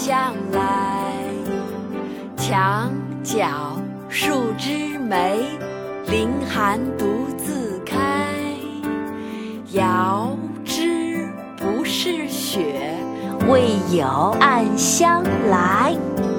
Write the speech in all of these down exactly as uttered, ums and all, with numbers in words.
向来。墙角数枝梅，凌寒独自开。遥知不是雪， 为有暗香来。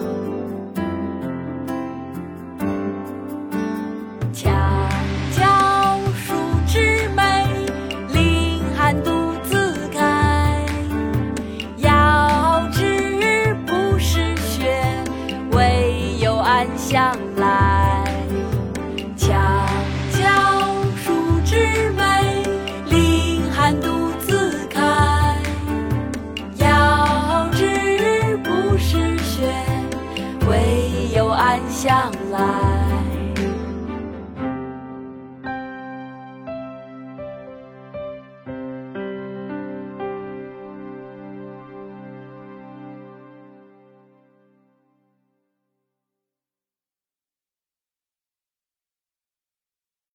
墙角数枝梅，凌寒独自开。遥知不是雪，为有暗香来。墙角数枝梅，凌寒独自开。遥知不是雪，为有暗香来。